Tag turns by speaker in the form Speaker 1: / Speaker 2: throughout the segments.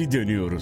Speaker 1: Geri dönüyoruz.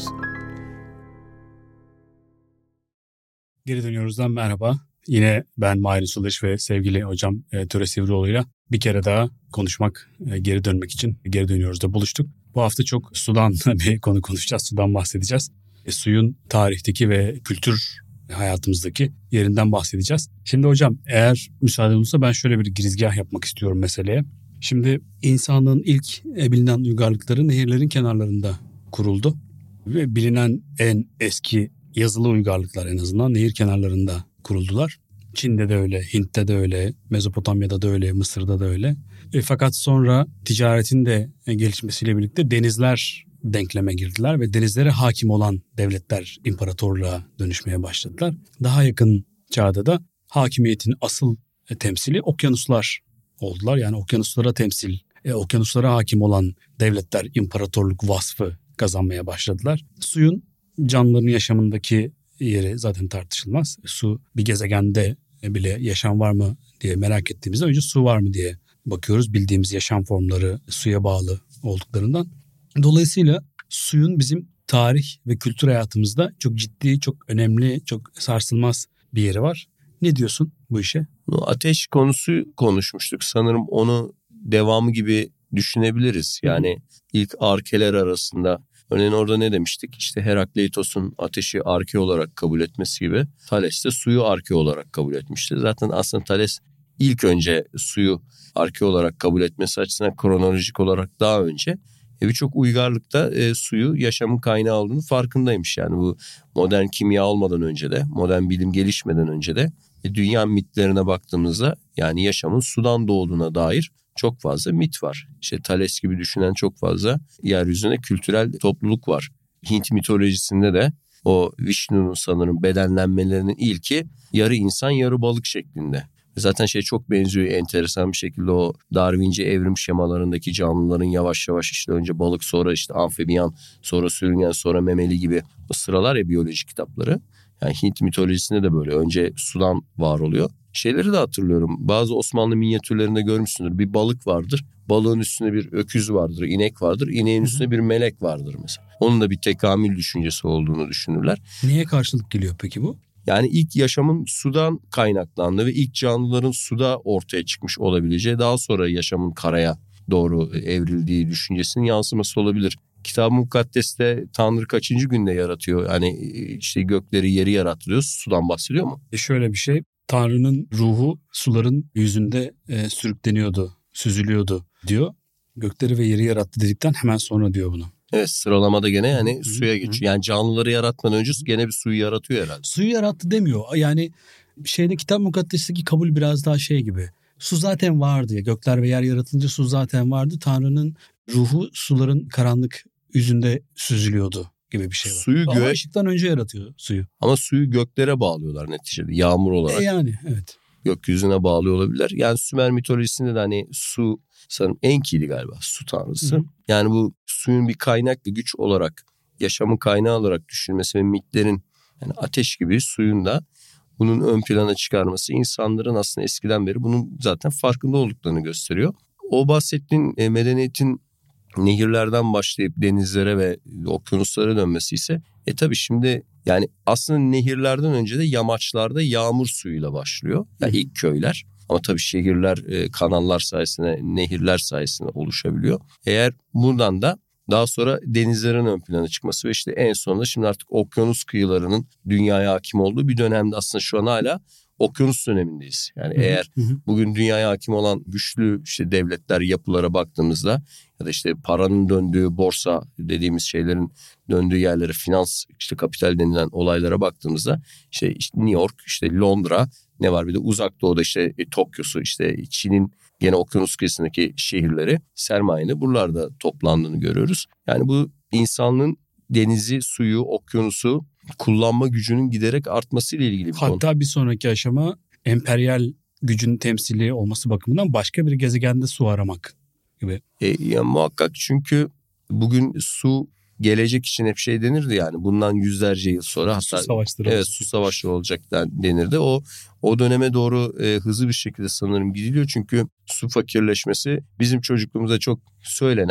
Speaker 2: Geri dönüyoruzdan merhaba. Yine ben Mahir Sulış ve sevgili hocam Töre Sivrioğlu'yla bir kere daha konuşmak, geri dönmek için geri dönüyoruzda buluştuk. Bu hafta çok sudan bir konu konuşacağız, sudan bahsedeceğiz. Suyun tarihteki ve kültür hayatımızdaki yerinden bahsedeceğiz. Şimdi hocam eğer müsaade olursa ben şöyle bir girizgah yapmak istiyorum meseleye. Şimdi insanlığın ilk bilinen uygarlıkları nehirlerin kenarlarında kuruldu. Ve bilinen en eski yazılı uygarlıklar en azından nehir kenarlarında kuruldular. Çin'de de öyle, Hint'te de öyle, Mezopotamya'da da öyle, Mısır'da da öyle. Fakat sonra ticaretin de gelişmesiyle birlikte denizler denkleme girdiler ve denizlere hakim olan devletler imparatorluğa dönüşmeye başladılar. Daha yakın çağda da hakimiyetin asıl temsili okyanuslar oldular. Yani okyanuslara temsil, okyanuslara hakim olan devletler imparatorluk vasfı kazanmaya başladılar. Suyun canlıların yaşamındaki yeri zaten tartışılmaz. Su bir gezegende bile yaşam var mı diye merak ettiğimizde önce su var mı diye bakıyoruz. Bildiğimiz yaşam formları suya bağlı olduklarından. Dolayısıyla suyun bizim tarih ve kültür hayatımızda çok ciddi, çok önemli, çok sarsılmaz bir yeri var. Ne diyorsun bu işe?
Speaker 3: Ateş konusu konuşmuştuk. Sanırım onu devamı gibi düşünebiliriz. Yani ilk arkeler arasında örneğin orada ne demiştik? İşte Herakleitos'un ateşi arke olarak kabul etmesi gibi Thales de suyu arke olarak kabul etmişti. Zaten aslında Thales ilk önce suyu arke olarak kabul etmesi açısından kronolojik olarak daha önce birçok uygarlıkta suyu yaşamın kaynağı olduğunu farkındaymış. Yani bu modern kimya olmadan önce de, modern bilim gelişmeden önce de dünya mitlerine baktığımızda yani yaşamın sudan doğduğuna dair çok fazla mit var. İşte Thales gibi düşünen çok fazla yeryüzünde kültürel topluluk var. Hint mitolojisinde de o Vishnu'nun sanırım bedenlenmelerinin ilki yarı insan yarı balık şeklinde. Zaten çok benziyor enteresan bir şekilde o Darwinci evrim şemalarındaki canlıların yavaş yavaş işte önce balık sonra işte amfibiyan sonra sürüngen sonra memeli gibi o sıralar ya biyoloji kitapları. Yani Hint mitolojisinde de böyle önce sudan var oluyor. Şeyleri de hatırlıyorum. Bazı Osmanlı minyatürlerinde görmüşsündür. Bir balık vardır. Balığın üstünde bir öküz vardır, inek vardır. İneğin üstünde bir melek vardır mesela. Onun da bir tekamül düşüncesi olduğunu düşünürler.
Speaker 2: Neye karşılık geliyor peki bu?
Speaker 3: Yani ilk yaşamın sudan kaynaklandığı ve ilk canlıların suda ortaya çıkmış olabileceği, daha sonra yaşamın karaya doğru evrildiği düşüncesinin yansıması olabilir. Kitab-ı Mukaddes'te Tanrı kaçıncı günde yaratıyor? Hani işte gökleri yeri yarattırıyor. Sudan bahsediyor mu?
Speaker 2: Şöyle bir şey. Tanrı'nın ruhu suların yüzünde sürükleniyordu, süzülüyordu diyor. Gökleri ve yeri yarattı dedikten hemen sonra diyor bunu.
Speaker 3: Evet, sıralamada gene yani suya geçiyor. Yani canlıları yaratmadan önce gene bir suyu yaratıyor herhalde.
Speaker 2: Suyu yarattı demiyor. Yani Kitab-ı Mukaddes'teki kabul biraz daha gibi. Su zaten vardı ya. Gökler ve yer yaratılınca su zaten vardı. Tanrı'nın ruhu suların karanlık yüzünde süzülüyordu gibi bir şey var. Ama ışıktan önce yaratıyor suyu.
Speaker 3: Ama suyu göklere bağlıyorlar neticede. Yağmur olarak.
Speaker 2: Yani evet.
Speaker 3: Gökyüzüne bağlıyor olabilirler. Yani Sümer mitolojisinde de hani su sanırım Enki'ydi galiba su tanrısı. Hı. Yani bu suyun bir kaynak ve güç olarak yaşamın kaynağı olarak düşünülmesi ve mitlerin yani ateş gibi suyun da bunun ön plana çıkarması insanların aslında eskiden beri bunun zaten farkında olduklarını gösteriyor. O bahsettiğin medeniyetin nehirlerden başlayıp denizlere ve okyanuslara dönmesi ise tabii şimdi yani aslında nehirlerden önce de yamaçlarda yağmur suyuyla başlıyor. Yani ilk köyler ama tabii şehirler kanallar sayesinde nehirler sayesinde oluşabiliyor. Eğer buradan da daha sonra denizlerin ön plana çıkması ve işte en sonunda şimdi artık okyanus kıyılarının dünyaya hakim olduğu bir dönemde aslında şu an hala okyanus dönemindeyiz. Yani eğer bugün dünyaya hakim olan güçlü işte devletler, yapılara baktığımızda ya da işte paranın döndüğü borsa dediğimiz şeylerin döndüğü yerlere, finans işte kapital denilen olaylara baktığımızda işte New York, işte Londra, ne var bir de uzak doğuda işte Tokyo'su, işte Çin'in gene okyanus kıyısındaki şehirleri, sermayenin buralarda toplandığını görüyoruz. Yani bu insanlığın denizi, suyu, okyanusu kullanma gücünün giderek artmasıyla ilgili bir konu.
Speaker 2: Hatta bir sonraki aşama emperyal gücün temsili olması bakımından başka bir gezegende su aramak gibi.
Speaker 3: Ya muhakkak, çünkü bugün su gelecek için hep denirdi yani bundan yüzlerce yıl sonra hatta su savaşları olacak denirdi. O döneme doğru hızlı bir şekilde sanırım gidiliyor çünkü su fakirleşmesi bizim çocukluğumuzda çok söylenen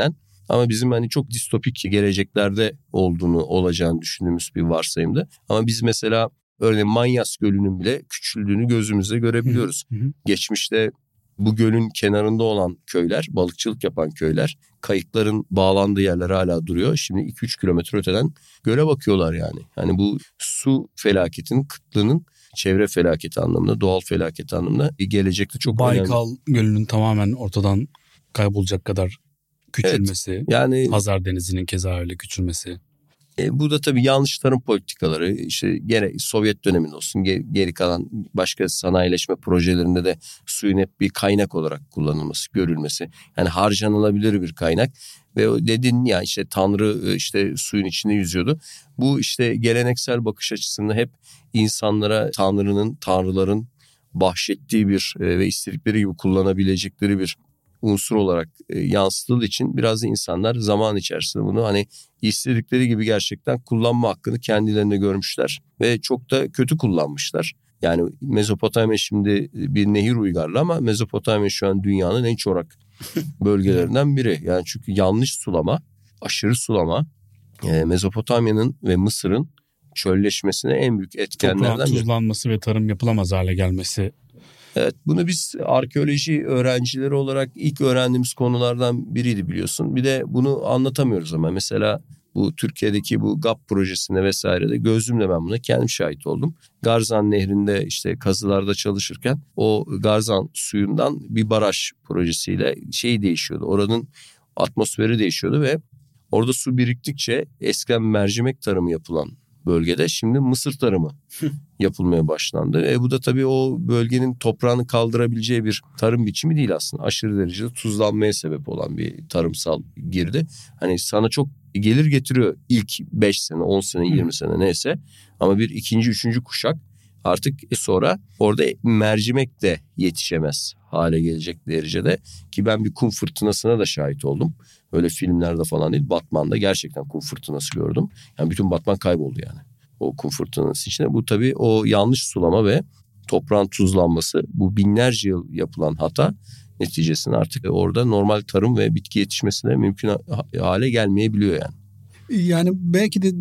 Speaker 3: Ama bizim hani çok distopik geleceklerde olacağını düşündüğümüz bir varsayımdı. Ama biz mesela örneğin Manyas Gölü'nün bile küçüldüğünü gözümüzle görebiliyoruz. Geçmişte bu gölün kenarında olan köyler, balıkçılık yapan köyler, kayıkların bağlandığı yerler hala duruyor. Şimdi 2-3 kilometre öteden göle bakıyorlar yani. Yani bu su felaketinin, kıtlığının çevre felaketi anlamında, doğal felaketi anlamında gelecekte çok önemli.
Speaker 2: Baykal Gölü'nün tamamen ortadan kaybolacak kadar küçülmesi, evet, yani Hazar Denizi'nin keza öyle küçülmesi.
Speaker 3: Bu da tabii yanlış tarım politikaları, işte gerek Sovyet döneminde olsun, geri kalan başka sanayileşme projelerinde de suyun hep bir kaynak olarak kullanılması, görülmesi. Yani harcanılabilir bir kaynak ve dedin ya işte Tanrı işte suyun içinde yüzüyordu. Bu işte geleneksel bakış açısında hep insanlara tanrıların bahşettiği bir ve istedikleri gibi kullanabilecekleri bir unsur olarak yansıtıldığı için biraz da insanlar zaman içerisinde bunu hani istedikleri gibi gerçekten kullanma hakkını kendilerine görmüşler ve çok da kötü kullanmışlar. Yani Mezopotamya şimdi bir nehir uygarlığı ama Mezopotamya şu an dünyanın en çorak bölgelerinden biri. Yani çünkü yanlış sulama, aşırı sulama Mezopotamya'nın ve Mısır'ın çölleşmesine en büyük etkenlerden biri.
Speaker 2: Toprağın tuzlanması ve tarım yapılamaz hale gelmesi.
Speaker 3: Evet, bunu biz arkeoloji öğrencileri olarak ilk öğrendiğimiz konulardan biriydi biliyorsun. Bir de bunu anlatamıyoruz ama mesela bu Türkiye'deki bu GAP projesinde vesairede gözümle ben buna kendim şahit oldum. Garzan Nehri'nde işte kazılarda çalışırken o Garzan suyundan bir baraj projesiyle değişiyordu. Oranın atmosferi değişiyordu ve orada su biriktikçe eskiden mercimek tarımı yapılan bölgede şimdi mısır tarımı yapılmaya başlandı. Bu da tabii o bölgenin toprağını kaldırabileceği bir tarım biçimi değil aslında. Aşırı derecede tuzlanmaya sebep olan bir tarımsal girdi. Hani sana çok gelir getiriyor ilk 5 sene, 10 sene, 20 sene neyse. Ama bir ikinci, üçüncü kuşak artık sonra orada mercimek de yetişemez hale gelecek derecede. Ki ben bir kum fırtınasına da şahit oldum. Öyle filmlerde falan değil. Batman'da gerçekten kum fırtınası gördüm. Yani bütün Batman kayboldu yani. O kum fırtınası içinde. Bu tabii o yanlış sulama ve toprağın tuzlanması, bu binlerce yıl yapılan hata neticesinde artık orada normal tarım ve bitki yetişmesine mümkün hale gelmeyebiliyor yani.
Speaker 2: Yani belki de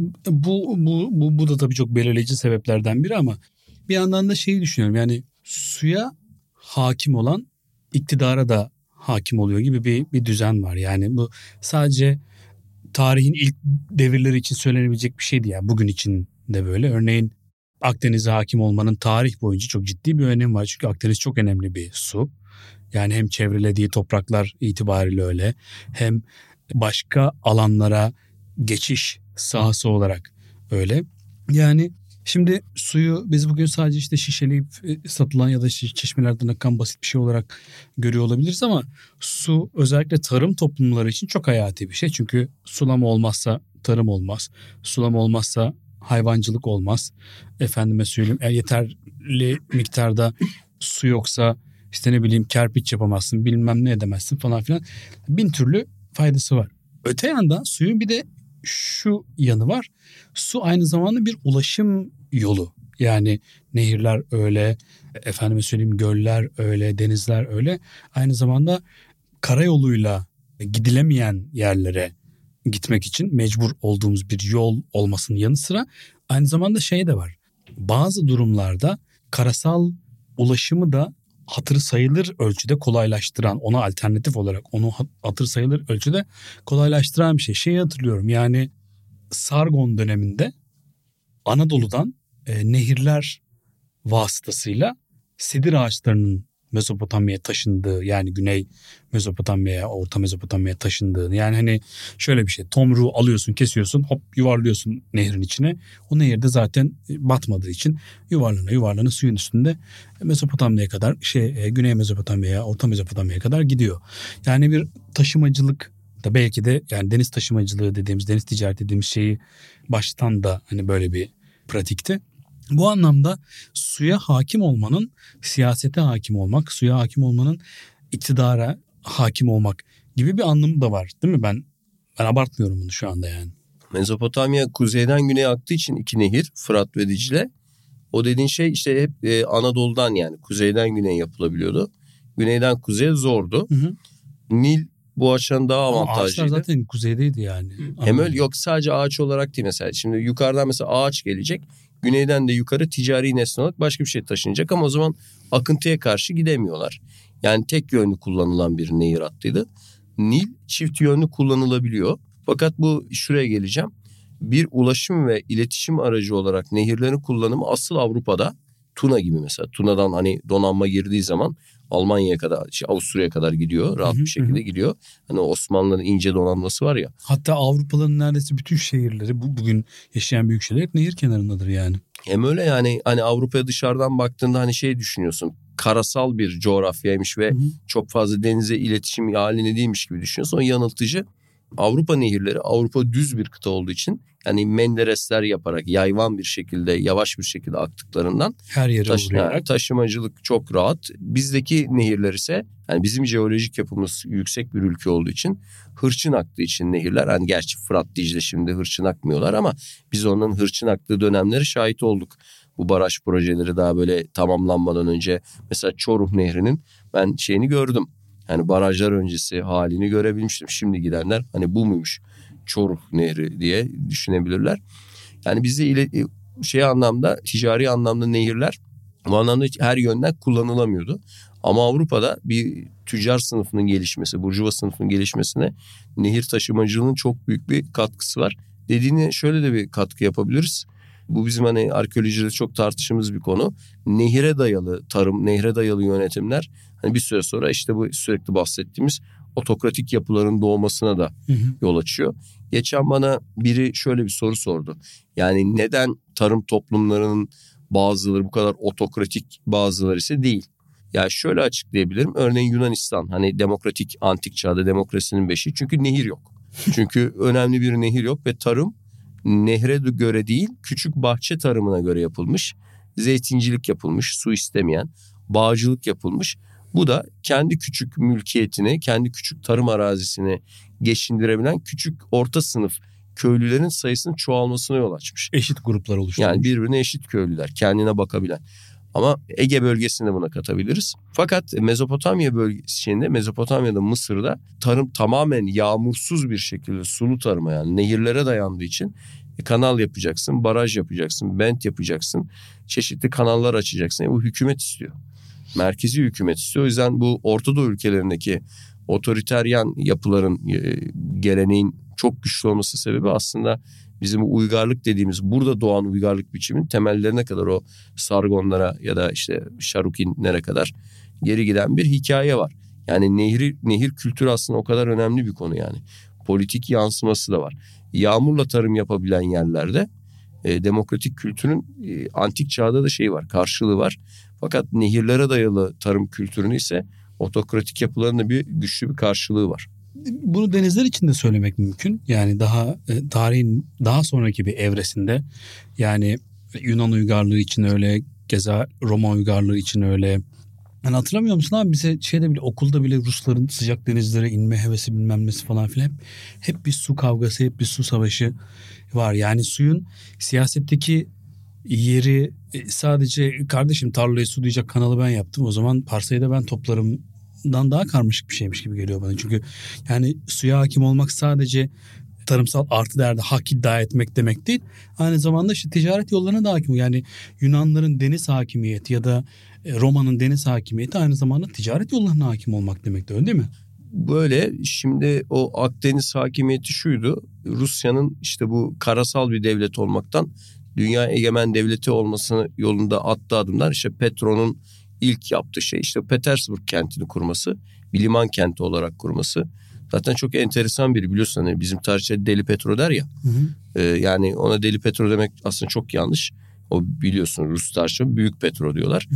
Speaker 2: bu da tabii çok belirleyici sebeplerden biri ama bir yandan da şeyi düşünüyorum. Yani suya hakim olan iktidara da hakim oluyor gibi bir düzen var. Yani bu sadece tarihin ilk devirleri için söylenebilecek bir şeydi yani bugün için de böyle. Örneğin Akdeniz'e hakim olmanın tarih boyunca çok ciddi bir önemi var. Çünkü Akdeniz çok önemli bir su. Yani hem çevrelediği topraklar itibariyle öyle, hem başka alanlara geçiş sahası olarak öyle. Yani şimdi suyu biz bugün sadece işte şişeleyip satılan ya da çeşmelerden akan basit bir şey olarak görüyor olabiliriz ama su özellikle tarım toplumları için çok hayati bir şey. Çünkü sulama olmazsa tarım olmaz. Sulama olmazsa hayvancılık olmaz. Efendime söyleyeyim yeterli miktarda su yoksa işte ne bileyim kerpiç yapamazsın, bilmem ne edemezsin falan filan. Bin türlü faydası var. Öte yandan suyun bir de şu yanı var. Su aynı zamanda bir ulaşım yolu. Yani nehirler öyle, efendime söyleyeyim göller öyle, denizler öyle. Aynı zamanda karayoluyla gidilemeyen yerlere gitmek için mecbur olduğumuz bir yol olmasının yanı sıra aynı zamanda şey de var. Bazı durumlarda karasal ulaşımı da hatırı sayılır ölçüde kolaylaştıran, ona alternatif olarak onu hatır sayılır ölçüde kolaylaştıran bir şey. Şeyi hatırlıyorum yani Sargon döneminde Anadolu'dan nehirler vasıtasıyla sedir ağaçlarının Mezopotamya'ya taşındığı, yani Güney Mezopotamya'ya, Orta Mezopotamya'ya taşındığını, yani hani şöyle bir şey, tomruğu alıyorsun, kesiyorsun, hop yuvarlıyorsun nehrin içine. O nehirde zaten batmadığı için yuvarlana suyun üstünde Mezopotamya'ya kadar Güney Mezopotamya'ya, Orta Mezopotamya'ya kadar gidiyor. Yani bir taşımacılık da belki de, yani deniz taşımacılığı dediğimiz, deniz ticareti dediğimiz şeyi baştan da hani böyle bir pratikti. Bu anlamda suya hakim olmanın siyasete hakim olmak, suya hakim olmanın iktidara hakim olmak gibi bir anlamı da var, değil mi? Ben abartmıyorum bunu şu anda yani.
Speaker 3: Mezopotamya kuzeyden güneye aktığı için iki nehir, Fırat ve Dicle. O dediğin şey işte hep Anadolu'dan, yani kuzeyden güneye yapılabiliyordu. Güneyden kuzeye zordu.
Speaker 2: Hı hı.
Speaker 3: Nil bu açıdan daha
Speaker 2: Ama
Speaker 3: avantajlıydı.
Speaker 2: ağaçlar zaten kuzeydeydi yani.
Speaker 3: Hem öyle, yok sadece ağaç olarak değil mesela. Şimdi yukarıdan mesela ağaç gelecek. Güneyden de yukarı ticari nesne olarak başka bir şey taşınacak ama o zaman akıntıya karşı gidemiyorlar. Yani tek yönlü kullanılan bir nehir hattıydı. Nil çift yönlü kullanılabiliyor. Fakat bu şuraya geleceğim. Bir ulaşım ve iletişim aracı olarak nehirlerin kullanımı asıl Avrupa'da. Tuna gibi mesela. Tuna'dan hani donanma girdiği zaman Almanya'ya kadar, Avusturya'ya kadar gidiyor. Rahat bir şekilde gidiyor. Hani Osmanlı'nın ince donanması var ya.
Speaker 2: Hatta Avrupalıların neredeyse bütün şehirleri, bugün yaşayan büyük şehirler hep nehir kenarındadır yani.
Speaker 3: Hem öyle yani hani Avrupa'ya dışarıdan baktığında hani şey düşünüyorsun. Karasal bir coğrafyaymış ve çok fazla denize iletişim halinde değilmiş gibi düşünüyorsun. O yanıltıcı. Avrupa nehirleri, Avrupa düz bir kıta olduğu için yani menderesler yaparak yayvan bir şekilde, yavaş bir şekilde aktıklarından
Speaker 2: her yere uğrayarak
Speaker 3: taşımacılık çok rahat. Bizdeki nehirler ise yani bizim jeolojik yapımız yüksek bir ülke olduğu için hırçın aktığı için nehirler, hani gerçi Fırat, Dicle şimdi hırçın akmıyorlar ama biz onların hırçın aktığı dönemlere şahit olduk. Bu baraj projeleri daha böyle tamamlanmadan önce mesela Çoruh Nehri'nin ben şeyini gördüm. Yani barajlar öncesi halini görebilmiştim. Şimdi gidenler hani bu muymuş Çoruh Nehri diye düşünebilirler. Yani bizde anlamda, ticari anlamda nehirler bu anlamda her yönden kullanılamıyordu. Ama Avrupa'da bir tüccar sınıfının gelişmesi, burjuva sınıfının gelişmesine nehir taşımacılığının çok büyük bir katkısı var. Dediğine şöyle de bir katkı yapabiliriz. Bu bizim hani arkeolojide çok tartıştığımız bir konu. Nehire dayalı tarım, nehre dayalı yönetimler hani bir süre sonra işte bu sürekli bahsettiğimiz otokratik yapıların doğmasına da yol açıyor. Geçen bana biri şöyle bir soru sordu. Yani neden tarım toplumlarının bazıları bu kadar otokratik, bazıları ise değil? Ya şöyle açıklayabilirim. Örneğin Yunanistan hani demokratik, antik çağda demokrasinin beşiği, çünkü nehir yok. Çünkü önemli bir nehir yok ve tarım nehre göre değil, küçük bahçe tarımına göre yapılmış. Zeytincilik yapılmış, su istemeyen, bağcılık yapılmış. Bu da kendi küçük mülkiyetini, kendi küçük tarım arazisini geçindirebilen küçük orta sınıf köylülerin sayısının çoğalmasına yol açmış.
Speaker 2: Eşit gruplar oluşturmuş.
Speaker 3: Yani birbirine eşit köylüler, kendine bakabilen. Ama Ege bölgesinde buna katabiliriz. Fakat Mezopotamya bölgesinde, Mezopotamya'da, Mısır'da tarım tamamen yağmursuz bir şekilde sulu tarıma, yani nehirlere dayandığı için kanal yapacaksın, baraj yapacaksın, bent yapacaksın, çeşitli kanallar açacaksın. Bu hükümet istiyor. Merkezi hükümet istiyor. O yüzden bu Orta Doğu ülkelerindeki otoriteryen yapıların, geleneğin çok güçlü olması sebebi aslında bizim uygarlık dediğimiz, burada doğan uygarlık biçiminin temellerine kadar, o Sargonlara ya da işte Şarukinlere kadar geri giden bir hikaye var. Yani nehir kültürü aslında o kadar önemli bir konu yani. Politik yansıması da var. Yağmurla tarım yapabilen yerlerde demokratik kültürün antik çağda da şeyi var, karşılığı var. Fakat nehirlere dayalı tarım kültürünün ise otokratik yapılarında bir güçlü bir karşılığı var.
Speaker 2: Bunu denizler için de söylemek mümkün. Yani daha tarihin daha sonraki bir evresinde, yani Yunan uygarlığı için öyle, keza Roma uygarlığı için öyle. Yani hatırlamıyor musun abi, bize şeyde bile, okulda bile Rusların sıcak denizlere inme hevesi bilmem nesi falan filan, hep bir su kavgası, hep bir su savaşı var. Yani suyun siyasetteki yeri sadece kardeşim tarlaya su diyecek kanalı ben yaptım, o zaman parsayı da ben toplarım daha karmaşık bir şeymiş gibi geliyor bana. Çünkü yani suya hakim olmak sadece tarımsal artı değerde hak iddia etmek demek değil. Aynı zamanda işte ticaret yollarına da hakim. Yani Yunanların deniz hakimiyeti ya da Roma'nın deniz hakimiyeti aynı zamanda ticaret yollarına hakim olmak demek de, öyle değil mi?
Speaker 3: Böyle şimdi o Akdeniz hakimiyeti şuydu. Rusya'nın işte bu karasal bir devlet olmaktan dünya egemen devleti olması yolunda attığı adımlar, işte Petro'nun ilk yaptığı şey işte Petersburg kentini kurması, bir liman kenti olarak kurması. Zaten çok enteresan biri, biliyorsun hani bizim tarihçede Deli Petro der ya. Yani ona Deli Petro demek aslında çok yanlış. O biliyorsun Rus tarihçi Büyük Petro diyorlar.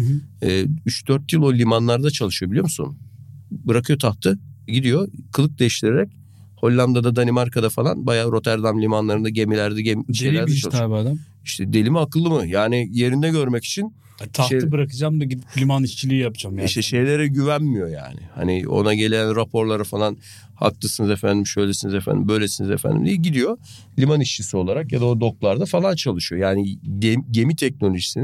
Speaker 3: 3-4 yıl o limanlarda çalışıyor, biliyor musun? Bırakıyor tahtı, gidiyor kılık değiştirerek Hollanda'da, Danimarka'da falan bayağı Rotterdam limanlarında gemilerde şeylerde çalışıyor.
Speaker 2: Abi adam.
Speaker 3: İşte deli mi akıllı mı? Yani yerinde görmek için
Speaker 2: tahtı bırakacağım da gidip liman işçiliği yapacağım yani.
Speaker 3: İşte şeylere güvenmiyor yani. Hani ona gelen raporlara falan haklısınız efendim, şöylesiniz efendim, böylesiniz efendim diye gidiyor. Liman işçisi olarak ya da o doklarda falan çalışıyor. Yani gemi teknolojisini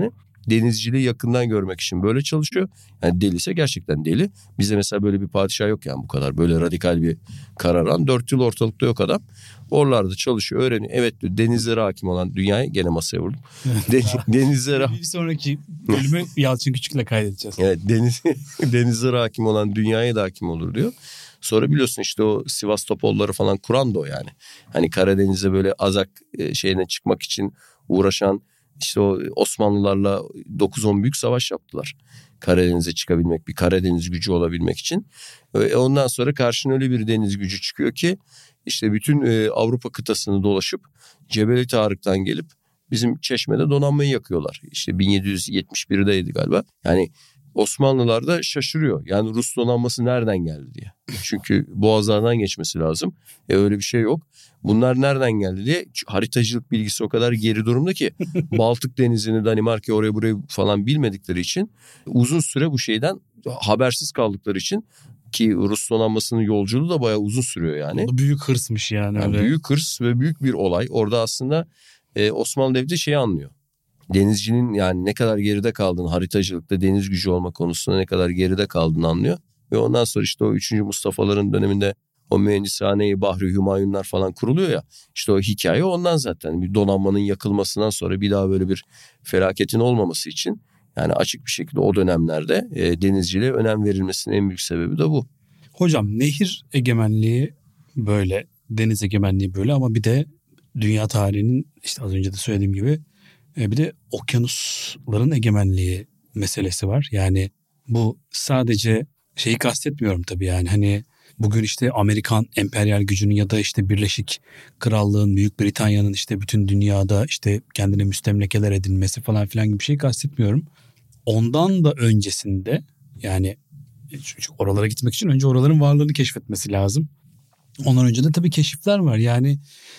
Speaker 3: denizciliği yakından görmek için böyle çalışıyor. Yani deliyse gerçekten deli. Bizde mesela böyle bir padişah yok yani bu kadar. Böyle radikal bir karar alan. 4 yıl ortalıkta yok adam. Oralarda çalışıyor, öğreniyor. Evet diyor, denizlere hakim olan dünyayı gene masaya vurdum. Denizlere...
Speaker 2: Bir sonraki bölümü Yalçın Küçük'le kaydedeceğiz.
Speaker 3: Evet, denizlere hakim olan dünyaya da hakim olur diyor. Sonra biliyorsun işte o Sivas Topolları falan kuran da o yani. Hani Karadeniz'e böyle azak şeyine çıkmak için uğraşan işte o Osmanlılarla 9-10 büyük savaş yaptılar. Karadeniz'e çıkabilmek, bir Karadeniz gücü olabilmek için. Ondan sonra karşına öyle bir deniz gücü çıkıyor ki işte bütün Avrupa kıtasını dolaşıp Cebeli Tarık'tan gelip bizim Çeşme'de donanmayı yakıyorlar. İşte 1771'deydi galiba. Yani Osmanlılar da şaşırıyor. Yani Rus donanması nereden geldi diye. Çünkü boğazlardan geçmesi lazım. Öyle bir şey yok. Bunlar nereden geldi diye. Haritacılık bilgisi o kadar geri durumda ki Baltık Denizi'ni, Danimarka, oraya burayı falan bilmedikleri için uzun süre bu şeyden habersiz kaldıkları için, ki Rus donanmasının yolculuğu da bayağı uzun sürüyor yani.
Speaker 2: Büyük hırsmış yani.
Speaker 3: Yani büyük hırs ve büyük bir olay. Orada aslında Osmanlı Devleti şeyi anlıyor. Denizcinin yani ne kadar geride kaldığını, haritacılıkta deniz gücü olma konusunda ne kadar geride kaldığını anlıyor. Ve ondan sonra işte o 3. Mustafa'ların döneminde o Mühendishane-i Bahri Hümayunlar falan kuruluyor ya. İşte o hikaye ondan zaten. Bir donanmanın yakılmasından sonra bir daha böyle bir felaketin olmaması için, yani açık bir şekilde o dönemlerde denizciliğe önem verilmesinin en büyük sebebi de bu.
Speaker 2: Hocam nehir egemenliği böyle, deniz egemenliği böyle, ama bir de dünya tarihinin işte az önce de söylediğim gibi bir de okyanusların egemenliği meselesi var. Yani bu sadece şeyi kastetmiyorum tabii, yani hani bugün işte Amerikan emperyal gücünün ya da işte Birleşik Krallığın, Büyük Britanya'nın işte bütün dünyada işte kendine müstemlekeler edinmesi falan filan gibi bir şey kastetmiyorum. Ondan da öncesinde, yani çünkü oralara gitmek için önce oraların varlığını keşfetmesi lazım. Ondan önce de tabii keşifler var. Yani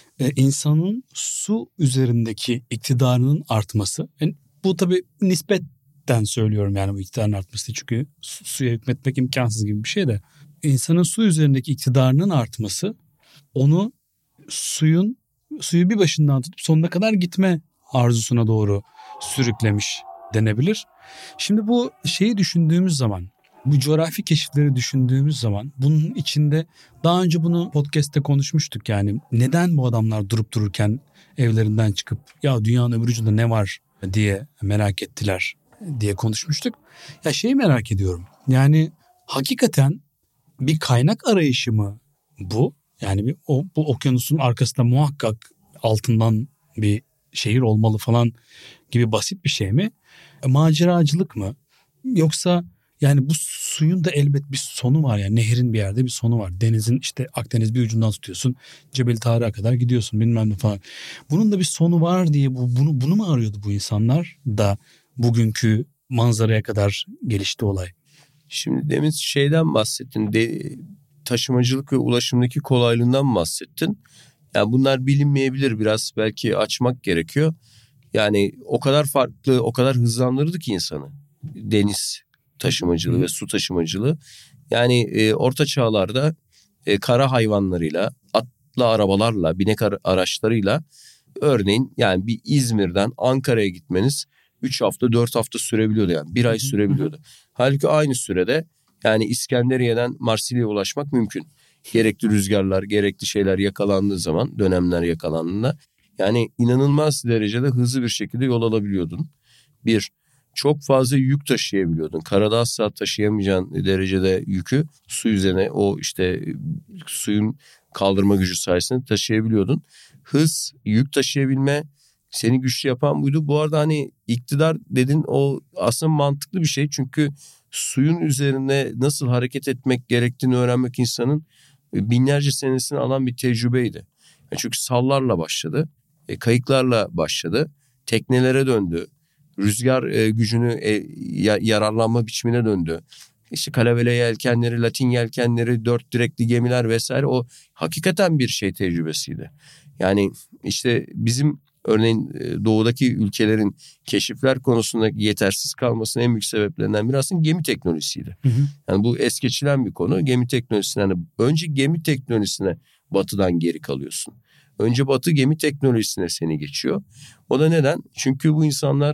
Speaker 2: insanın su üzerindeki iktidarının artması. Yani bu tabii nispetten söylüyorum yani bu iktidarın artması. Çünkü suya hükmetmek imkansız gibi bir şey de. İnsanın su üzerindeki iktidarının artması onu suyu bir başından tutup sonuna kadar gitme arzusuna doğru sürüklemiş denebilir. Şimdi bu şeyi düşündüğümüz zaman, bu coğrafi keşifleri düşündüğümüz zaman bunun içinde daha önce bunu podcast'te konuşmuştuk, yani neden bu adamlar durup dururken evlerinden çıkıp ya dünyanın öbür ucunda ne var diye merak ettiler diye konuşmuştuk. Ya şeyi merak ediyorum, yani hakikaten bir kaynak arayışı mı bu? Yani bu okyanusun arkasında muhakkak altından bir şehir olmalı falan gibi basit bir şey mi? Maceracılık mı? Yoksa yani bu suyun da elbet bir sonu var, yani nehrin bir yerde bir sonu var. Denizin işte Akdeniz bir ucundan tutuyorsun, Cebeli Tarık'a kadar gidiyorsun bilmem ne falan. Bunun da bir sonu var diye bunu mu arıyordu bu insanlar da bugünkü manzaraya kadar gelişti olay?
Speaker 3: Şimdi demin şeyden bahsettin, taşımacılık ve ulaşımdaki kolaylığından bahsettin. Yani bunlar bilinmeyebilir, biraz belki açmak gerekiyor. Yani o kadar farklı, o kadar hızlandırdı ki insanı. Deniz taşımacılığı ve su taşımacılığı. Yani orta çağlarda kara hayvanlarıyla, atlı arabalarla, binek araçlarıyla örneğin yani bir İzmir'den Ankara'ya gitmeniz 3 hafta 4 hafta sürebiliyordu, yani 1 ay sürebiliyordu. Halbuki aynı sürede yani İskenderiye'den Marsilya'ya ulaşmak mümkün. Gerekli rüzgarlar, gerekli şeyler yakalandığı zaman, dönemler yakalandığında yani inanılmaz derecede hızlı bir şekilde yol alabiliyordun. Çok fazla yük taşıyabiliyordun. Karada asla taşıyamayacağın derecede yükü su üzerine, o işte suyun kaldırma gücü sayesinde taşıyabiliyordun. Hız, yük taşıyabilme seni güçlü yapan buydu. Bu arada hani iktidar dedin, o aslında mantıklı bir şey. Çünkü suyun üzerinde nasıl hareket etmek gerektiğini öğrenmek insanın binlerce senesini alan bir tecrübeydi. Çünkü sallarla başladı, kayıklarla başladı, teknelere döndü. Rüzgar gücünü yararlanma biçimine döndü. İşte kalavele yelkenleri, Latin yelkenleri, 4 direkli gemiler vesaire, o hakikaten bir şey tecrübesiydi. Yani işte bizim örneğin doğudaki ülkelerin keşifler konusunda yetersiz kalmasının en büyük sebeplerinden biri aslında gemi teknolojisiydi. Hı hı. Yani bu es geçilen bir konu. Gemi teknolojisine, yani önce gemi teknolojisine batıdan geri kalıyorsun. Önce batı gemi teknolojisine seni geçiyor. O da neden? Çünkü bu insanlar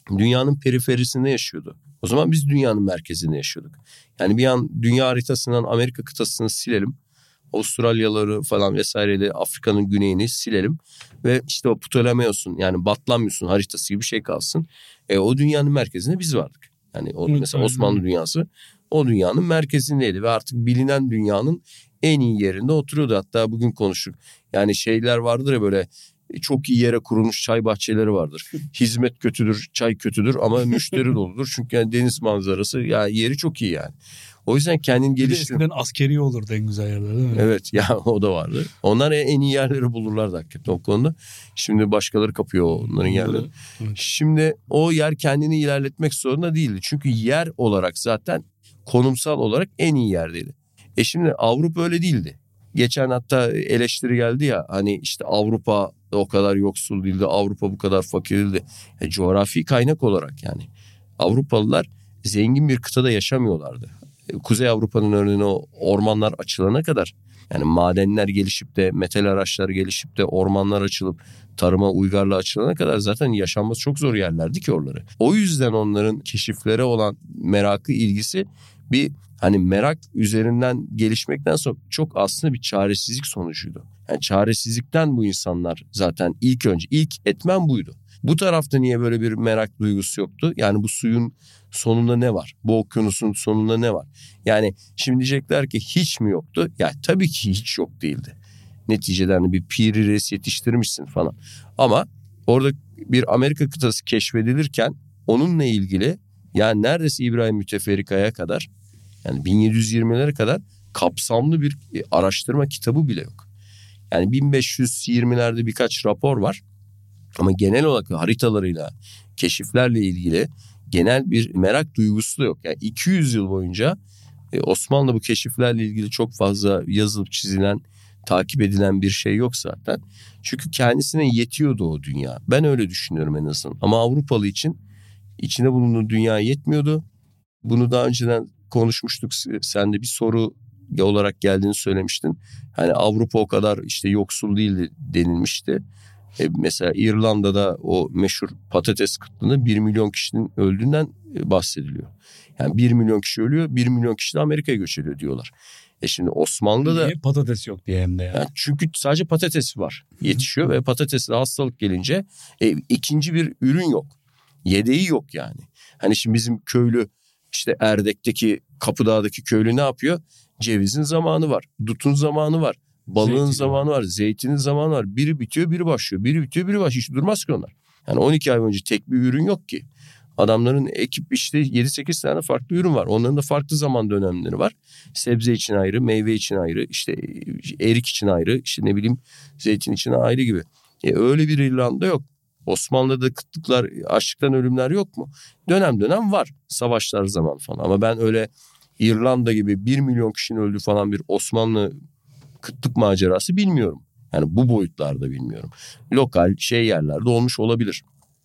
Speaker 3: dünyanın periferisinde yaşıyordu. O zaman biz dünyanın merkezinde yaşıyorduk. Yani bir an dünya haritasından Amerika kıtasını silelim. Avustralyaları falan vesaireyle Afrika'nın güneyini silelim. Ve işte o Ptolemaios'un yani Batlamyus'un haritası gibi bir şey kalsın. O dünyanın merkezinde biz vardık. Yani o, mesela Osmanlı dünyası o dünyanın merkezindeydi. Ve artık bilinen dünyanın en iyi yerinde oturuyordu. Hatta bugün konuştuk. Yani şeyler vardır ya böyle çok iyi yere kurulmuş çay bahçeleri vardır. Hizmet kötüdür, çay kötüdür ama müşteri doludur. Çünkü yani deniz manzarası yani yeri çok iyi yani. O yüzden kendini geliştir.
Speaker 2: Eskiden askeri olurdu en güzel yerler değil mi?
Speaker 3: Evet ya o da vardı. Onlar en iyi yerleri bulurlardı hakikaten o konuda. Şimdi başkaları kapıyor onların yerlerini. Evet. Şimdi o yer kendini ilerletmek zorunda değildi. Çünkü yer olarak zaten konumsal olarak en iyi yerdeydi. Şimdi Avrupa öyle değildi. Geçen hatta eleştiri geldi ya hani işte Avrupa o kadar yoksul değildi. Avrupa bu kadar fakir değildi. Coğrafi kaynak olarak yani Avrupalılar zengin bir kıtada yaşamıyorlardı. Kuzey Avrupa'nın örneğin o ormanlar açılana kadar yani madenler gelişip de metal araçlar gelişip de ormanlar açılıp tarıma uygarlığa açılana kadar zaten yaşanması çok zor yerlerdi ki oraları. O yüzden onların keşiflere olan merakı, ilgisi bir hani merak üzerinden gelişmekten sonra çok aslında bir çaresizlik sonucuydu. Yani çaresizlikten bu insanlar zaten ilk etmen buydu. Bu tarafta niye böyle bir merak duygusu yoktu? Yani bu suyun sonunda ne var? Bu okyanusun sonunda ne var? Yani şimdi diyecekler ki hiç mi yoktu? Ya tabii ki hiç yok değildi. Neticede hani bir Piri Reis yetiştirmişsin falan. Ama orada bir Amerika kıtası keşfedilirken onunla ilgili yani neredeyse İbrahim Müteferrika'ya kadar yani 1720'lere kadar kapsamlı bir araştırma kitabı bile yok. Yani 1520'lerde birkaç rapor var. Ama genel olarak haritalarıyla, keşiflerle ilgili genel bir merak duygusu da yok. Yani 200 yıl boyunca Osmanlı bu keşiflerle ilgili çok fazla yazılıp çizilen, takip edilen bir şey yok zaten. Çünkü kendisine yetiyordu o dünya. Ben öyle düşünüyorum en azından. Ama Avrupalı için içinde bulunduğu dünya yetmiyordu. Bunu daha önceden konuşmuştuk. Sen de bir soru olarak geldiğini söylemiştin. Hani Avrupa o kadar işte yoksul değildi denilmişti. Mesela İrlanda'da o meşhur patates kıtlığında 1 milyon kişinin öldüğünden bahsediliyor. Yani 1 milyon kişi ölüyor, 1 milyon kişi de Amerika'ya göç ediyor diyorlar. Şimdi Osmanlı'da da...
Speaker 2: Niye patates yok diye hem de yani.
Speaker 3: Çünkü sadece patates var yetişiyor ve patatesle hastalık gelince ikinci bir ürün yok. Yedeği yok yani. Hani şimdi bizim köylü işte Erdek'teki Kapıdağ'daki köylü ne yapıyor? Cevizin zamanı var, dutun zamanı var. Balığın zamanı var, zeytinin zamanı var. Biri bitiyor, biri başlıyor. Biri bitiyor, biri başlıyor. Hiç durmaz ki onlar. Yani 12 ay önce tek bir ürün yok ki. Adamların ekip işte 7-8 tane farklı ürün var. Onların da farklı zaman dönemleri var. Sebze için ayrı, meyve için ayrı, işte erik için ayrı, işte ne bileyim zeytin için ayrı gibi. Öyle bir İrlanda yok. Osmanlı'da kıtlıklar, açlıktan ölümler yok mu? Dönem dönem var. Savaşlar zaman falan. Ama ben öyle İrlanda gibi 1 milyon kişinin öldüğü falan bir Osmanlı kıtlık macerası bilmiyorum. Yani bu boyutlarda bilmiyorum. Lokal yerlerde olmuş olabilir.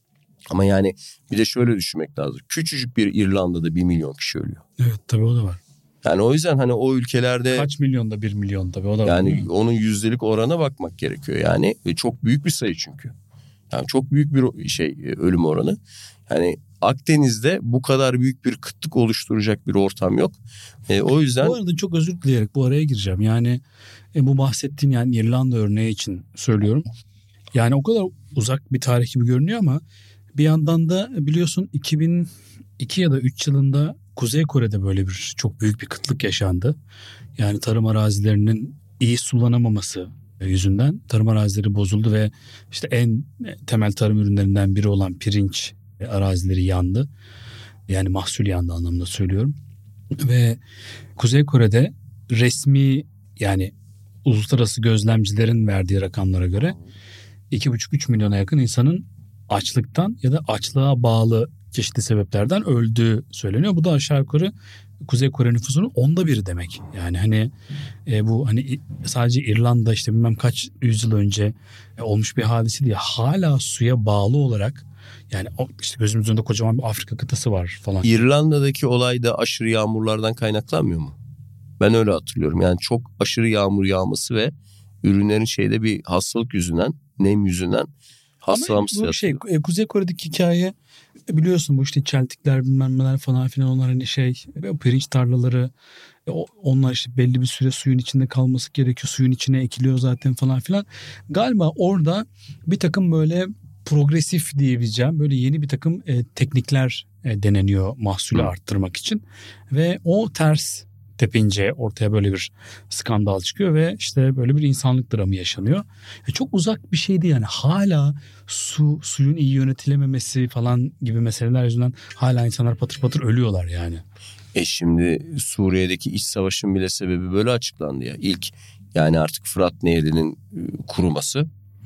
Speaker 3: Ama yani bir de şöyle düşünmek lazım. Küçücük bir İrlanda'da 1 milyon kişi ölüyor.
Speaker 2: Evet tabii o da var.
Speaker 3: Yani o yüzden hani o ülkelerde...
Speaker 2: Kaç milyonda 1 milyon tabii o da var.
Speaker 3: Yani onun yüzdelik orana bakmak gerekiyor. Yani çok büyük bir sayı çünkü. Yani çok büyük bir ölüm oranı. Yani Akdeniz'de bu kadar büyük bir kıtlık oluşturacak bir ortam yok. O yüzden...
Speaker 2: Bu arada çok özür dileyerek bu araya gireceğim. Yani bu bahsettiğin yani İrlanda örneği için söylüyorum. Yani o kadar uzak bir tarih gibi görünüyor ama bir yandan da biliyorsun 2002 ya da 3 yılında Kuzey Kore'de böyle bir çok büyük bir kıtlık yaşandı. Yani tarım arazilerinin iyi sulanamaması yüzünden tarım arazileri bozuldu ve işte en temel tarım ürünlerinden biri olan pirinç arazileri yandı. Yani mahsul yandı anlamında söylüyorum. Ve Kuzey Kore'de resmi yani uluslararası gözlemcilerin verdiği rakamlara göre 2,5-3 milyona yakın insanın açlıktan ya da açlığa bağlı çeşitli sebeplerden öldüğü söyleniyor. Bu da aşağı yukarı Kuzey Kore nüfusunun 1/10 demek. Yani hani bu hani sadece İrlanda işte bilmem kaç yüzyıl önce olmuş bir hadise değil. Hala suya bağlı olarak yani işte gözümüzün önünde kocaman bir Afrika kıtası var falan.
Speaker 3: İrlanda'daki olay da aşırı yağmurlardan kaynaklanmıyor mu? Ben öyle hatırlıyorum. Yani çok aşırı yağmur yağması ve ürünlerin bir hastalık yüzünden, nem yüzünden Hastalanmıştı.
Speaker 2: Ama bu Kuzey Kore'deki hikaye biliyorsun, bu işte Celtic'ler bilmem neler falan filan, onlar hani pirinç tarlaları, onlar işte belli bir süre suyun içinde kalması gerekiyor. Suyun içine ekiliyor zaten falan filan. Galiba orada bir takım böyle progresif diyebileceğim böyle yeni bir takım teknikler deneniyor mahsulü arttırmak için. Ve o ters tepince ortaya böyle bir skandal çıkıyor ve işte böyle bir insanlık dramı yaşanıyor. Çok uzak bir şeydi yani, hala suyun iyi yönetilememesi falan gibi meseleler yüzünden hala insanlar patır patır ölüyorlar yani.
Speaker 3: Şimdi Suriye'deki iç savaşın bile sebebi böyle açıklandı ya. İlk yani artık Fırat Nehri'nin kuruması,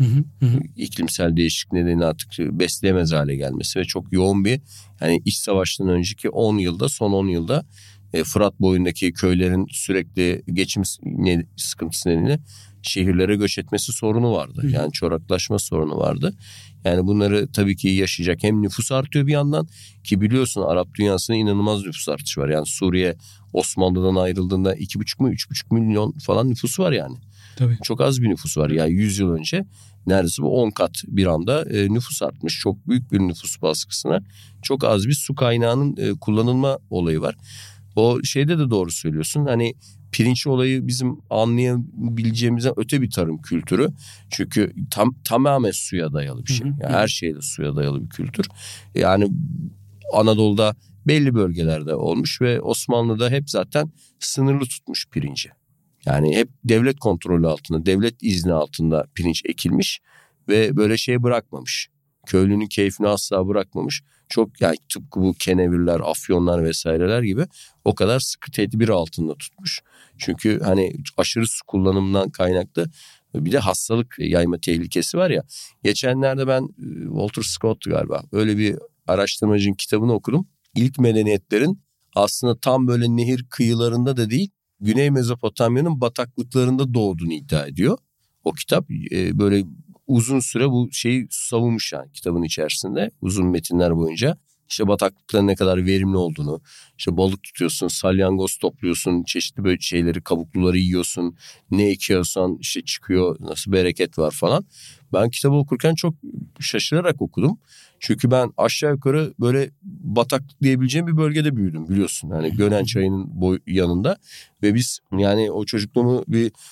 Speaker 3: iklimsel değişiklik nedeniyle artık besleyemez hale gelmesi ve çok yoğun bir, yani iç savaştan önceki 10 yılda, son 10 yılda Fırat boyundaki köylerin sürekli geçim sıkıntısı nedeniyle şehirlere göç etmesi sorunu vardı. Yani çoraklaşma sorunu vardı. Yani bunları tabii ki yaşayacak. Hem nüfus artıyor bir yandan, ki biliyorsun Arap dünyasında inanılmaz nüfus artışı var. Yani Suriye Osmanlı'dan ayrıldığında 2,5 milyon falan nüfusu var yani.
Speaker 2: Tabii.
Speaker 3: Çok az bir nüfus var. Yani 100 yıl önce neredeyse bu 10 kat bir anda nüfus artmış. Çok büyük bir nüfus baskısına çok az bir su kaynağının kullanılma olayı var. O şeyde de doğru söylüyorsun. Hani pirinç olayı bizim anlayabileceğimizden öte bir tarım kültürü. Çünkü tamamen suya dayalı bir şey. Yani her şeyde suya dayalı bir kültür. Yani Anadolu'da belli bölgelerde olmuş ve Osmanlı'da hep zaten sınırlı tutmuş pirinci. Yani hep devlet kontrolü altında, devlet izni altında pirinç ekilmiş ve böyle şey bırakmamış. Köylünün keyfini asla bırakmamış. Çok, yani tıpkı bu kenevirler, afyonlar vesaireler gibi o kadar sıkı tedbir altında tutmuş. Çünkü hani aşırı su kullanımından kaynaklı bir de hastalık yayma tehlikesi var ya. Geçenlerde ben Walter Scott'tu galiba, öyle bir araştırmacının kitabını okudum. İlk medeniyetlerin aslında tam böyle nehir kıyılarında da değil, Güney Mezopotamya'nın bataklıklarında doğduğunu iddia ediyor. O kitap böyle uzun süre bu şeyi savunmuş yani kitabın içerisinde, uzun metinler boyunca. İşte bataklıkların ne kadar verimli olduğunu, işte balık tutuyorsun, salyangoz topluyorsun, çeşitli böyle şeyleri, kabukluları yiyorsun, ne ekiyorsan işte çıkıyor, nasıl bereket var falan. Ben kitabı okurken çok şaşırarak okudum. Çünkü ben aşağı yukarı böyle bataklık diyebileceğim bir bölgede büyüdüm, biliyorsun. Yani Gönen Çayı'nın yanında ve biz yani o çocukluğumu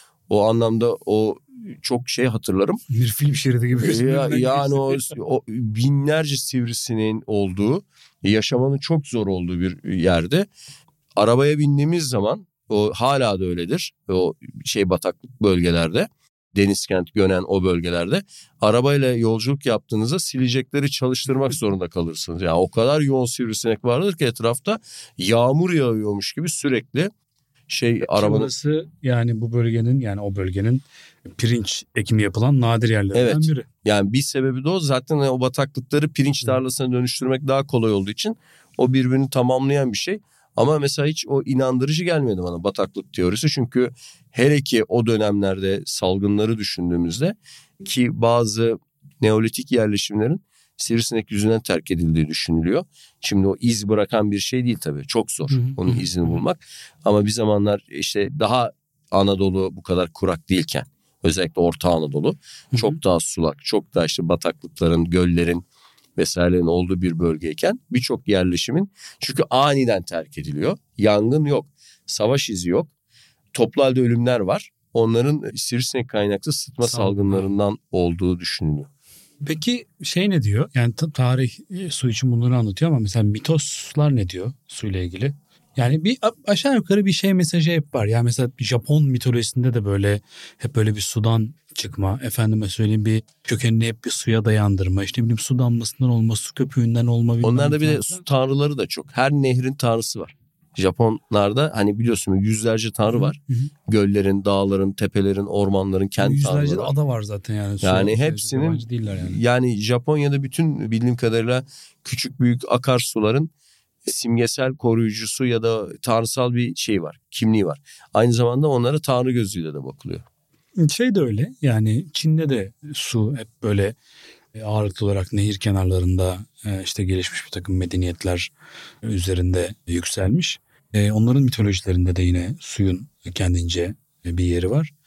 Speaker 3: o anlamda çok hatırlarım.
Speaker 2: Bir film şeridi gibi.
Speaker 3: Yani o binlerce sivrisinin olduğu, yaşamanın çok zor olduğu bir yerde. Arabaya bindiğimiz zaman, o hala da öyledir. O bataklık bölgelerde, Denizkent, Gönen, o bölgelerde arabayla yolculuk yaptığınızda silecekleri çalıştırmak zorunda kalırsınız. Yani o kadar yoğun sivrisinek vardır ki etrafta, yağmur yağıyormuş gibi sürekli arabanın...
Speaker 2: Burası yani bu bölgenin, yani o bölgenin pirinç ekimi yapılan nadir yerlerinden biri.
Speaker 3: Yani bir sebebi de o. Zaten o bataklıkları pirinç tarlasına dönüştürmek daha kolay olduğu için o birbirini tamamlayan bir şey. Ama mesela hiç o inandırıcı gelmedi bana bataklık teorisi. Çünkü hele ki o dönemlerde salgınları düşündüğümüzde, ki bazı Neolitik yerleşimlerin sivrisinek yüzünden terk edildiği düşünülüyor. Şimdi o iz bırakan bir şey değil tabii. Çok zor onun izini bulmak. Ama bir zamanlar işte daha Anadolu bu kadar kurak değilken, özellikle Orta Anadolu çok daha sulak, çok daha işte bataklıkların, göllerin vesairelerin olduğu bir bölgeyken birçok yerleşimin, çünkü aniden terk ediliyor. Yangın yok, savaş izi yok, toplu halde ölümler var. Onların sivrisinek kaynaklı sıtma salgınlarından olduğu düşünülüyor.
Speaker 2: Peki ne diyor? Yani tarih su için bunları anlatıyor ama mesela mitoslar ne diyor suyla ilgili? Yani bir aşağı yukarı bir mesajı hep var. Yani mesela Japon mitolojisinde de böyle hep böyle bir sudan çıkma, efendime söyleyeyim bir kökenini hep bir suya dayandırma, işte bileyim su damlasından olma, su köpüğünden olma.
Speaker 3: Onlarda bir de su tanrıları da çok. Her nehrin tanrısı var. Japonlarda hani biliyorsun yüzlerce tanrı var. Göllerin, dağların, tepelerin, ormanların kendi tanrıları var. Yüzlerce
Speaker 2: ada var zaten yani.
Speaker 3: Yani hepsinin yani Japonya'da bütün bildiğim kadarıyla küçük büyük akarsuların simgesel koruyucusu ya da tanrısal bir var, kimliği var. Aynı zamanda onlara tanrı gözüyle de bakılıyor.
Speaker 2: De öyle yani Çin'de de su hep böyle ağırlıklı olarak nehir kenarlarında işte gelişmiş bir takım medeniyetler üzerinde yükselmiş. Onların mitolojilerinde de yine suyun kendince bir yeri var.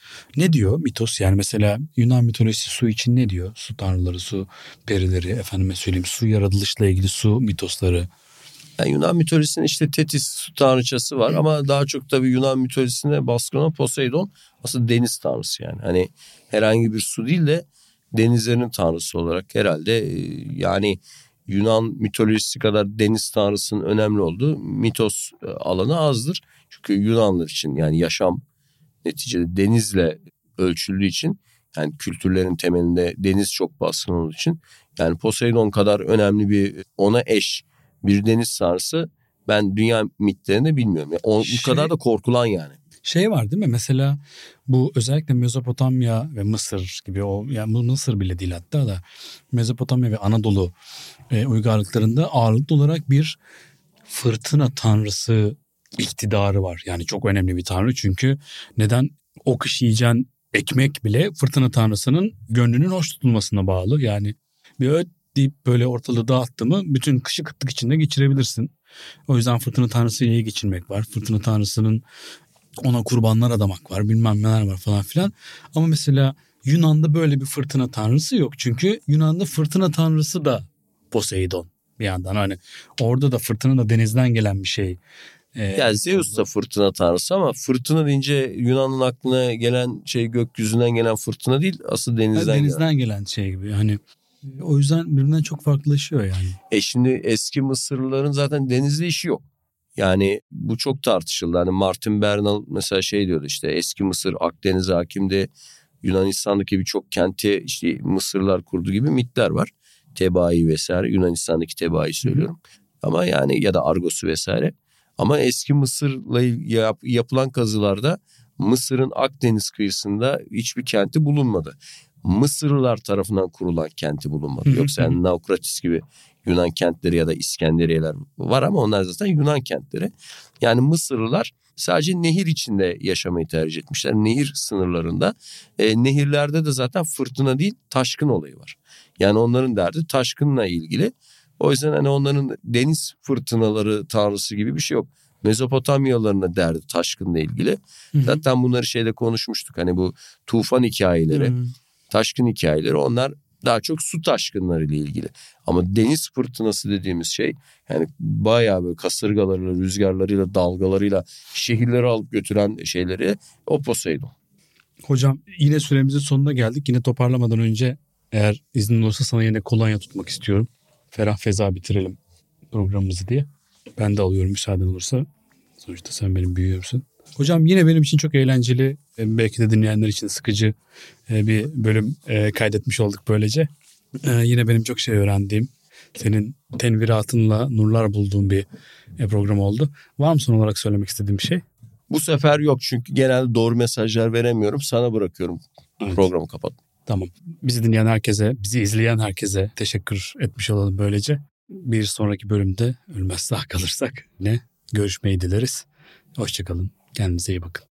Speaker 2: Ne diyor mitos? Yani mesela Yunan mitolojisi su için ne diyor? Su tanrıları, su perileri, efendime söyleyeyim su yaratılışla ilgili su mitosları.
Speaker 3: Yani Yunan mitolojisinde işte Tetis su tanrıçası var ama daha çok tabii Yunan mitolojisinde baskın olan Poseidon aslında deniz tanrısı yani. Hani herhangi bir su değil de denizlerin tanrısı olarak herhalde yani Yunan mitolojisi kadar deniz tanrısının önemli olduğu mitos alanı azdır. Çünkü Yunanlılar için yani yaşam neticede denizle ölçüldüğü için yani kültürlerin temelinde deniz çok baskın olduğu için yani Poseidon kadar önemli bir ona eş bir deniz tanrısı ben dünya mitlerinde bilmiyorum. Yani bu kadar da korkulan yani.
Speaker 2: Şey var değil mi? Mesela bu özellikle Mezopotamya ve Mısır gibi yani Mısır bile değil hatta da Mezopotamya ve Anadolu uygarlıklarında ağırlıklı olarak bir fırtına tanrısı iktidarı var. Yani çok önemli bir tanrı çünkü neden o kış yiyeceğin ekmek bile fırtına tanrısının gönlünün hoş tutulmasına bağlı. Yani bir öt deyip böyle ortalığı dağıttı mı bütün kışı kıtlık içinde geçirebilirsin. O yüzden fırtına tanrısıyla iyi geçinmek var. Fırtına tanrısının ona kurbanlar adamak var, bilmem neler var falan filan. Ama mesela Yunan'da böyle bir fırtına tanrısı yok. Çünkü Yunan'da fırtına tanrısı da Poseidon bir yandan. Hani orada da fırtına da denizden gelen bir şey.
Speaker 3: Yani Zeus da fırtına tanrısı ama fırtına deyince Yunan'ın aklına gelen şey gökyüzünden gelen fırtına değil asıl denizden
Speaker 2: gelen şey gibi. Hani o yüzden birbirinden çok farklılaşıyor yani.
Speaker 3: Şimdi eski Mısırlıların zaten denizde işi yok. Yani bu çok tartışıldı. Hani Martin Bernal mesela şey diyordu işte eski Mısır Akdeniz hakimdi. Yunanistan'daki birçok kenti işte Mısırlılar kurdu gibi mitler var. Tebai vesaire Yunanistan'daki Tebai söylüyorum. Ama yani ya da Argos'u vesaire. Ama eski Mısır'la yapılan kazılarda Mısır'ın Akdeniz kıyısında hiçbir kenti bulunmadı. Mısırlılar tarafından kurulan kenti bulunmadı. Yoksa yani Naukratis gibi Yunan kentleri ya da İskenderiyeler var ama onlar zaten Yunan kentleri. Yani Mısırlılar sadece nehir içinde yaşamayı tercih etmişler. Nehir sınırlarında. Nehirlerde de zaten fırtına değil taşkın olayı var. Yani onların derdi taşkınla ilgili. O yüzden hani onların deniz fırtınaları tanrısı gibi bir şey yok. Mezopotamyalıların da derdi taşkınla ilgili. Zaten bunları şeyde konuşmuştuk. Hani bu tufan hikayeleri, taşkın hikayeleri onlar daha çok su taşkınları ile ilgili. Ama deniz fırtınası dediğimiz şey yani bayağı böyle kasırgalarıyla, rüzgarlarıyla, dalgalarıyla şehirleri alıp götüren şeyleri o Poseidon.
Speaker 2: Hocam yine süremizin sonuna geldik. Yine toparlamadan önce eğer iznin olursa sana yine kolonya tutmak istiyorum. Ferah feza bitirelim programımızı diye. Ben de alıyorum müsaaden olursa. Sonuçta sen benim büyüğümsün. Hocam yine benim için çok eğlenceli, belki de dinleyenler için sıkıcı bir bölüm kaydetmiş olduk böylece. Yine benim çok şey öğrendiğim, senin tenviratınla nurlar bulduğum bir program oldu. Var mı son olarak söylemek istediğim bir şey?
Speaker 3: Bu sefer yok çünkü genelde doğru mesajlar veremiyorum. Sana bırakıyorum programı kapat.
Speaker 2: Tamam. Bizi dinleyen herkese, bizi izleyen herkese teşekkür etmiş olalım böylece. Bir sonraki bölümde ölmez sağ kalırsak ne görüşmeyi dileriz. Hoşçakalın. Kendinize iyi bakın.